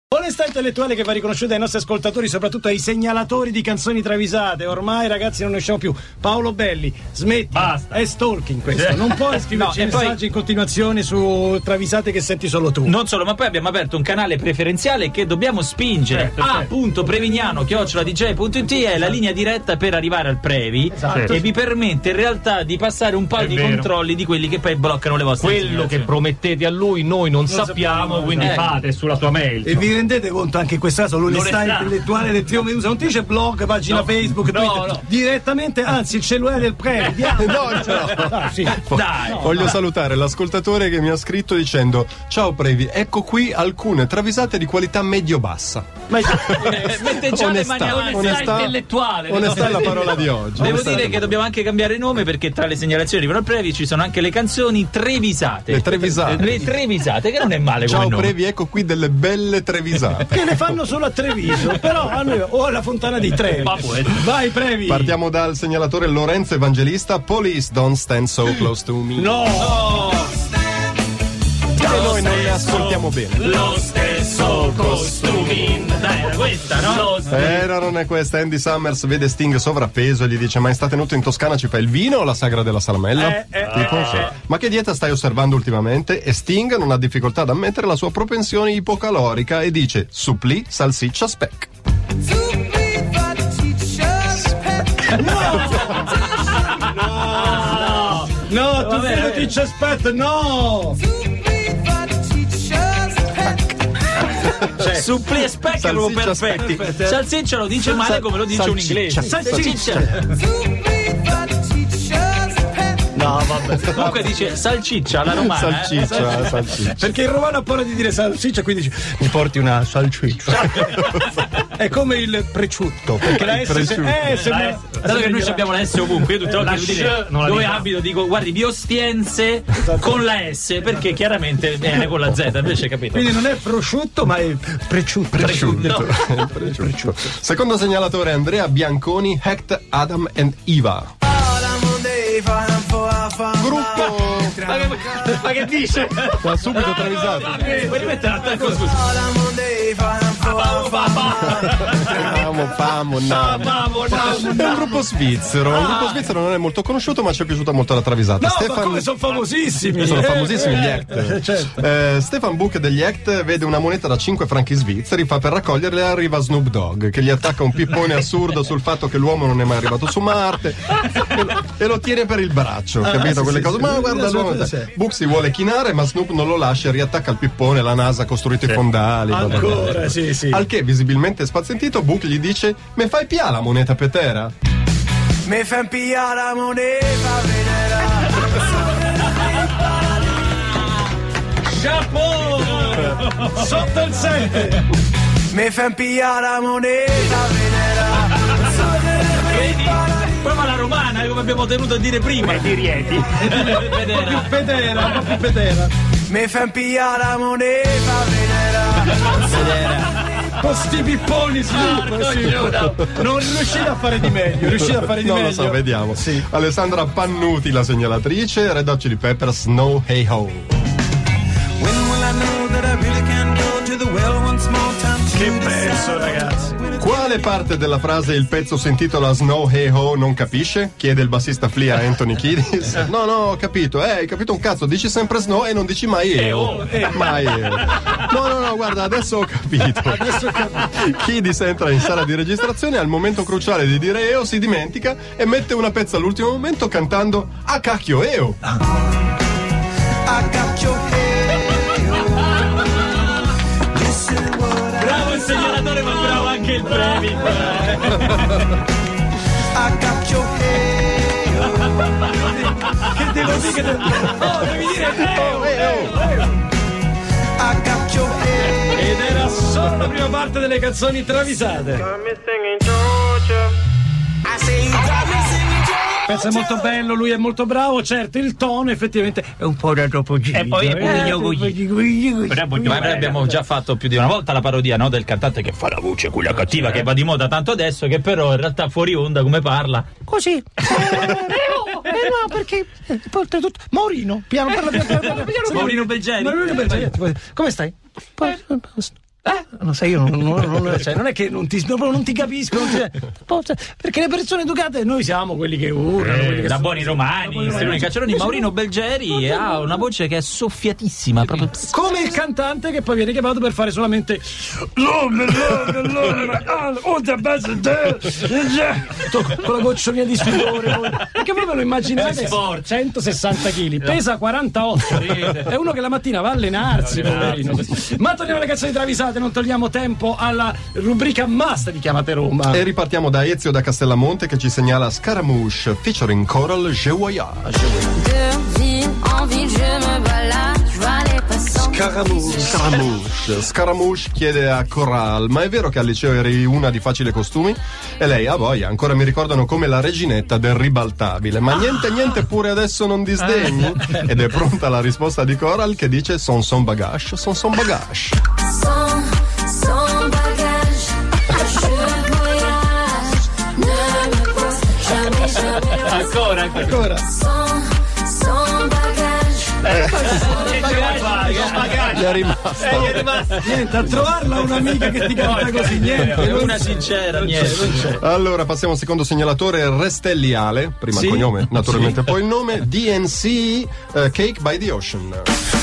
Onestà intellettuale che va riconosciuta ai nostri ascoltatori, soprattutto ai segnalatori di canzoni travisate. Ormai, ragazzi, non ne usciamo più. Paolo Belli, smetti. Basta. È stalking questo. Non puoi scriverci messaggi in continuazione su travisate che senti solo tu. Non solo, ma poi abbiamo aperto un canale preferenziale che dobbiamo spingere. A.Prevignano@dj.it è la linea diretta per arrivare al Previ, che vi permette in realtà di passare un paio di controlli di quelli che poi bloccano le vostre quello che promettete a lui noi non sappiamo, quindi fate sulla sua mail. E vi rendete conto anche in questo caso l'onestà intellettuale del Trio Medusa non ti dice blog, pagina Facebook, Twitter, direttamente, anzi il cellulare del Previ. Voglio salutare l'ascoltatore che mi ha scritto dicendo: ciao Previ, ecco qui alcune travisate di qualità medio-bassa. Mette già le mani all'onestà intellettuale. Onestà è la parola di oggi. Devo dire che dobbiamo anche cambiare nome, perché tra le segnalazioni di Previ ci sono anche le canzoni trevisate. Le trevisate. Le trevisate, che non è male. Ciao Previ, ecco qui delle belle trevisate. Che le fanno solo a Treviso, però a noi o alla Fontana di Trevi. Vai Previ. Partiamo dal segnalatore Lorenzo Evangelista. Police don't stand so close to me. No. E noi non le ascoltiamo bene. Lo stesso costume. Dai, era questa, no? Non è questa. Andy Summers vede Sting sovrappeso e gli dice: ma in estate tenuto in Toscana ci fai il vino o la sagra della salamella? Ma che dieta stai osservando ultimamente? E Sting non ha difficoltà ad ammettere la sua propensione ipocalorica e dice: supplì, salsiccia, speck. No, tu ti ci aspetta, no! Suppli e speck erano perfetti. Salsiccia lo dice male come lo dice un inglese. Salsiccia. No, vabbè. Comunque dice salciccia alla romana. Salsiccia. Perché il romano ha paura di dire salsiccia, quindi dice: mi porti una salsiccia. È come il preciutto, perché la S dato che noi abbiamo la S ovunque, io tutte le volte dire dove abito dico: guardi, vi Ostiense con la S, perché chiaramente viene con la Z, invece, capito? Quindi non è prosciutto, ma è preciutto. Preciutto. Secondo segnalatore Andrea Bianconi, Hecht, Adam and Eva. Gruppo. Ma che dice? Ma subito travisato. Puoi rimettere l'attacco, scusa. Famo. È un gruppo svizzero. Un gruppo svizzero non è molto conosciuto, ma ci è piaciuta molto la travisata. No, ma come sono famosissimi? Sono famosissimi gli Act. Certo. Stefan Buch degli Act vede una moneta da 5 franchi svizzeri, fa per raccoglierla e arriva Snoop Dogg che gli attacca un pippone assurdo sul fatto che l'uomo non è mai arrivato su Marte e lo tiene per il braccio, capito? Quelle cose. Ma guarda, Buch si vuole chinare, ma Snoop non lo lascia e riattacca il pippone. La NASA ha costruito i fondali. Ancora, sì. Al che, visibilmente spazientito, Buch gli dice: me fai pia la moneta petera? Me fai pia la moneta petera. Chapeau! Sotto il 7! Me fai pia la moneta petera. Prova la romana, come abbiamo tenuto a dire prima. Di Rieti. Un po' più pedera. Me fai pia la moneta petera. Con sti pipponi, non riuscite a fare di meglio. Non lo so, vediamo. Sì. Alessandra Pannuti, la segnalatrice. Red Hot Chili Peppers, No Hey Ho. Che pezzo, ragazzi. Quale parte della frase il pezzo si intitola Snow Hey Ho non capisce? Chiede il bassista Flea a Anthony Kiedis. No, ho capito. Hai capito un cazzo? Dici sempre Snow e non dici mai Eo. Mai Eo. No, guarda, adesso ho capito. Kiedis entra in sala di registrazione, al momento cruciale di dire Eo si dimentica e mette una pezza all'ultimo momento cantando A cacchio Eo. A cacchio Bravo il segnalatore, ma bravo anche il Previ. A cacchio Che devo dire? Devi dire a cacchio ed era solo la prima parte delle canzoni travisate. Il pezzo è molto bello, lui è molto bravo, certo il tono effettivamente è un po' da troppo giro. E poi ma noi abbiamo già fatto più di una volta la parodia, no, del cantante che fa la voce quella cattiva che va di moda tanto adesso, che però in realtà fuori onda come parla così. No, perché oltretutto Maurino, piano. Maurino Belgeni. Come stai? Lo sai, io non è che non ti capisco, perché le persone educate noi siamo quelli che urlano, quelli che da buoni romani, Stefano Cacciaroni. Maurino Belgeri ha una voce che è soffiatissima, proprio come il cantante che poi viene chiamato per fare solamente con la gocciolina di sudore, perché voi ve lo immaginate 160 kg, pesa 48, è uno che la mattina va a allenarsi, poverino. Ma torniamo alle canzoni travisate, non togliamo tempo alla rubrica Must di Chiamate Roma. E ripartiamo da Ezio da Castellamonte che ci segnala Scaramouche featuring Coral Je Voyage. Scaramouche chiede a Coral: ma è vero che al liceo eri una di facile costumi? E lei: a voglia, ancora mi ricordano come la reginetta del ribaltabile. Ma niente, pure adesso non disdegni? Ed è pronta la risposta di Coral che dice son bagage. Ancora. Gli è rimasto. Niente, a trovarla un'amica che ti canta così, niente. Una sincera, niente. Allora passiamo al secondo segnalatore, Restelliale, prima il cognome, naturalmente poi il nome, DNC, Cake by the Ocean.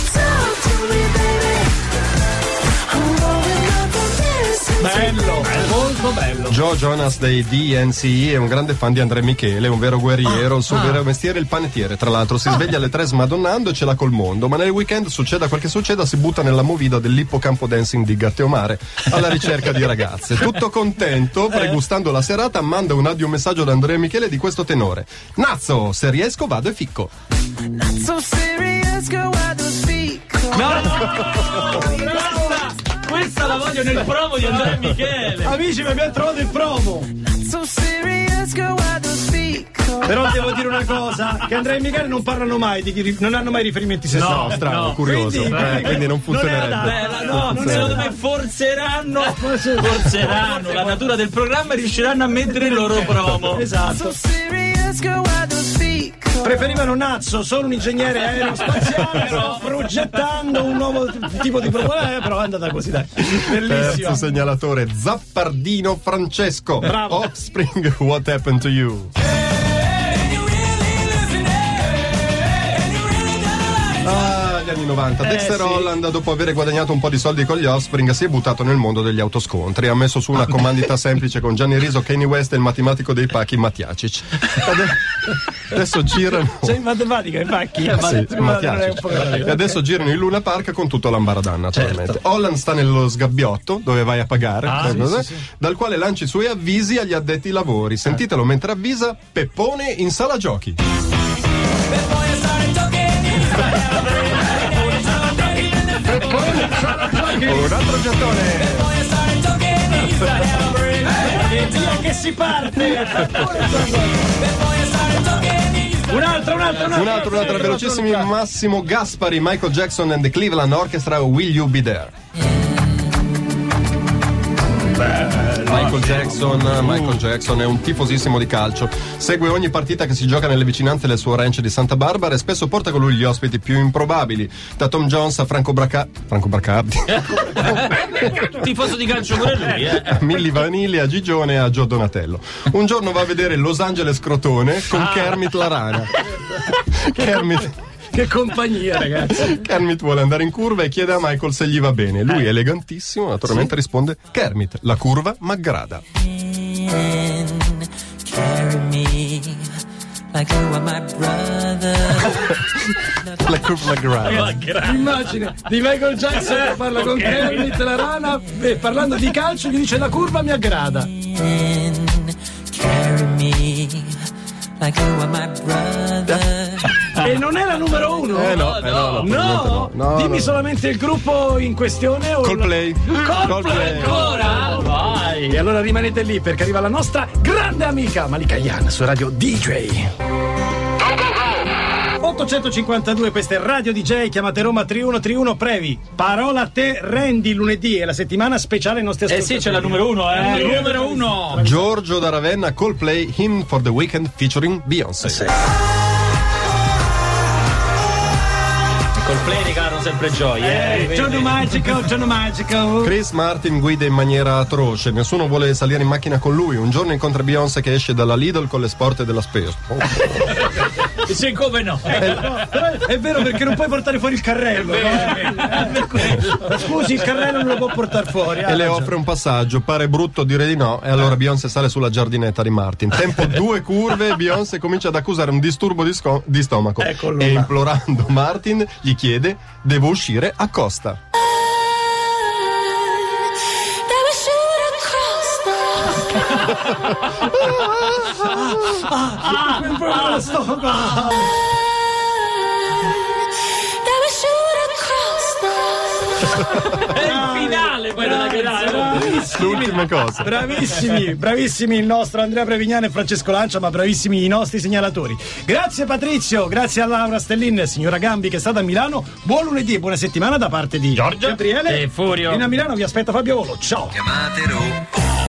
Bello, molto bello. Joe Jonas dei DNC è un grande fan di Andrea Michele, un vero guerriero, il suo vero mestiere è il panettiere. Tra l'altro si sveglia alle 3 smadonnando e ce l'ha col mondo, ma nel weekend, succeda quel che succeda, si butta nella movida dell'ippocampo dancing di Gatteomare alla ricerca di ragazze. Tutto contento, pregustando la serata, manda un audiomessaggio ad Andrea Michele di questo tenore: Nazzo, se riesco vado e ficco. So serious, go vado spicco. Questa la voglio nel promo di Andrea Michele. Amici, mi abbiamo trovato il promo. So serious, go vado spicco. Però devo dire una cosa, che Andrea e Michele non parlano mai non hanno mai riferimenti sessuali. No, strano, curioso. Quindi non funzionerebbe. Secondo me forzeranno la natura del programma e riusciranno a mettere il loro promo. Esatto. So serious, go vado spicco. Preferivano Nazzo, solo un ingegnere aerospaziale, però progettando un nuovo tipo di problema, però è andata così, dai. Bellissimo. Terzo segnalatore, Zappardino Francesco. Bravo. Offspring, What Happened to You? Gli anni 90. Dexter Holland, dopo aver guadagnato un po' di soldi con gli Offspring, si è buttato nel mondo degli autoscontri. Ha messo su una comandita semplice con Gianni Riso, Kanye West e il matematico dei pacchi Matjacic. Adesso girano. Sei in matematica, i pacchi? E adesso girano in Luna Park con tutto l'ambaradan, naturalmente. Certo. Holland sta nello sgabbiotto dove vai a pagare, dal quale lancia i suoi avvisi agli addetti ai lavori. Sentitelo mentre avvisa: Peppone in sala giochi. Un altro gettone. E via che si parte. Un'altra velocissimi. Massimo Gaspari, Michael Jackson and the Cleveland Orchestra, Will You Be There? Michael Jackson è un tifosissimo di calcio, segue ogni partita che si gioca nelle vicinanze del suo ranch di Santa Barbara e spesso porta con lui gli ospiti più improbabili, da Tom Jones a Franco Bracardi tifoso di calcio pure lui, a Milli Vanilli, a Gigione e a Gio Donatello. Un giorno va a vedere Los Angeles Crotone con Kermit la rana. Che compagnia, ragazzi. Kermit vuole andare in curva e chiede a Michael se gli va bene. Lui, elegantissimo, naturalmente risponde: Kermit, la curva m'aggrada. La curva m'aggrada. Immagina di Michael Jackson che parla con Kermit la rana e parlando di calcio gli dice: la curva mi aggrada. E non è la numero uno. No. Dimmi solamente il gruppo in questione. Coldplay. Ancora? Vai. E allora rimanete lì perché arriva la nostra grande amica Malika Yan su Radio DJ. 852, questa è Radio DJ, chiamate Roma 3131 Previ. Parola a te, Randy, lunedì è la settimana speciale ai nostri ascoltatori. Sì, c'è la numero uno, numero uno. Giorgio da Ravenna, Coldplay, Hymn for the Weekend featuring Beyoncé. Col play regalano sempre gioie. Giorno magico. Chris Martin guida in maniera atroce, nessuno vuole salire in macchina con lui. Un giorno incontra Beyoncé che esce dalla Lidl con le sporte della spesa. Sì, come no? È vero, perché non puoi portare fuori il carrello. Scusi, il carrello non lo può portare fuori. E le offre un passaggio, pare brutto dire di no, e allora Beyoncé sale sulla giardinetta di Martin. Tempo 2 curve, Beyoncé comincia ad accusare un disturbo di stomaco. Eccolo e là. implorando Martin gli chiede: devo uscire a costa. È il finale poi della canzone. L'ultima cosa. Bravissimi il nostro Andrea Prevignano e Francesco Lancia, ma bravissimi i nostri segnalatori. Grazie Patrizio, grazie a Laura Stellin, signora Gambi che è stata a Milano. Buon lunedì e buona settimana da parte di Giorgio Gabriele e Furio. A Milano vi aspetta Fabio Volo. Ciao. Chiamatelo